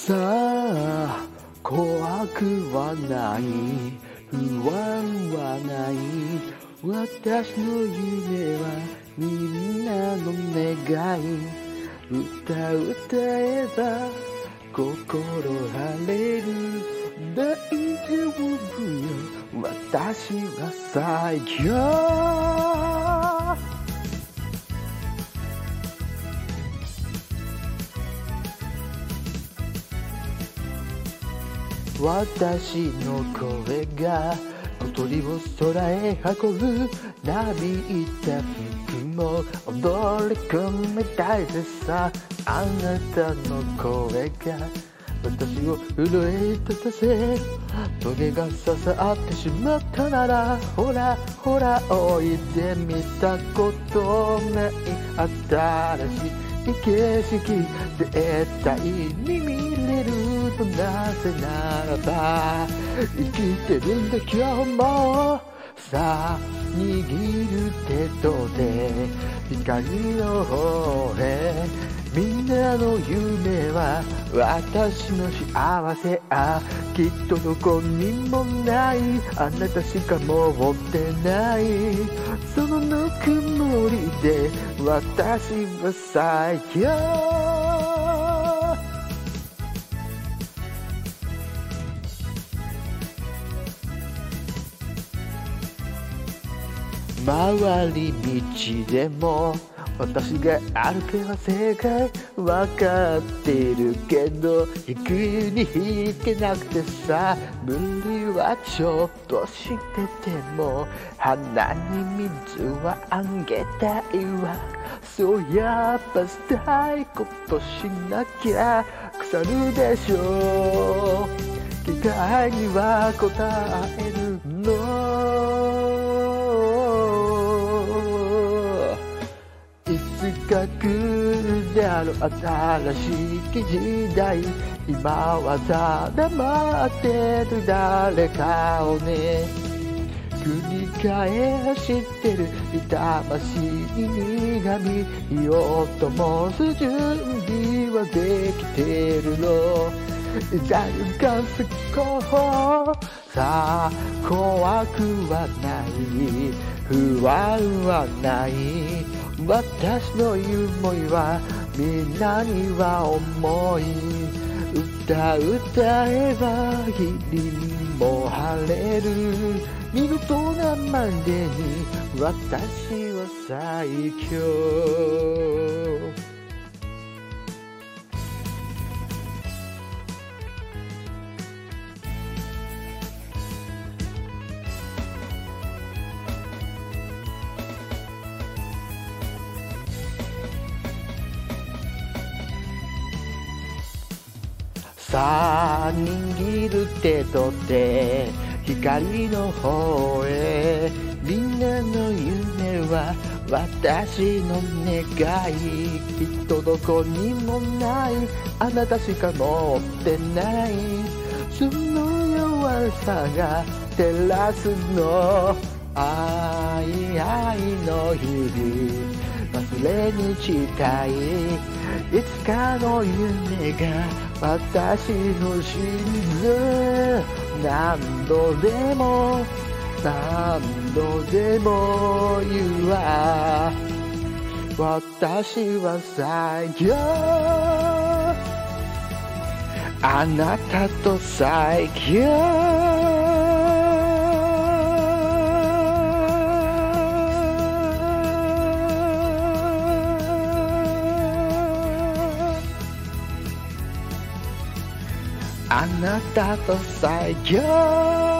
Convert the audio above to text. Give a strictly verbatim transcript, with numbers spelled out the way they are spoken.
さあ怖くはない不安はない私の夢はみんなの願い歌歌えば心晴れる大丈夫よ私は最強私の声が小鳥を空へ運ぶなびいた服も踊り込みたいでさあなたの声が私を震え立たせトゲが刺さってしまったならほらほらおいで見たことない新しい景色絶対に見れるのなぜならば生きてるんだ今日もさあ握る手と手光の方へみんなの夢は私の幸せあきっとどこにもないあなたしか持ってないそのぬくもりで私は最強回り道でも私が歩けば正解わかってるけど引くに引けなくてさ無理はちょっとしてても鼻に水はあげたいわそうやっぱしたいことしなきゃ腐るでしょう期待には応えるのいつか来るだろう新しい時代今はただ待ってる誰かをね繰り返してる魂に苦み火を灯す準備はできてるの大感すこうさあ怖くはない不安はない私の夢はみんなには重い歌歌えば日々も晴れる見事なまでに私は最強さあ握る手と手光の方へみんなの夢は私の願いきっとどこにもないあなたしか持ってないその弱さが照らすの愛愛の日々忘れにしたいいつかの夢が私の真実何度でも何度でも言うわ私は最強あなたと最強あなたと最強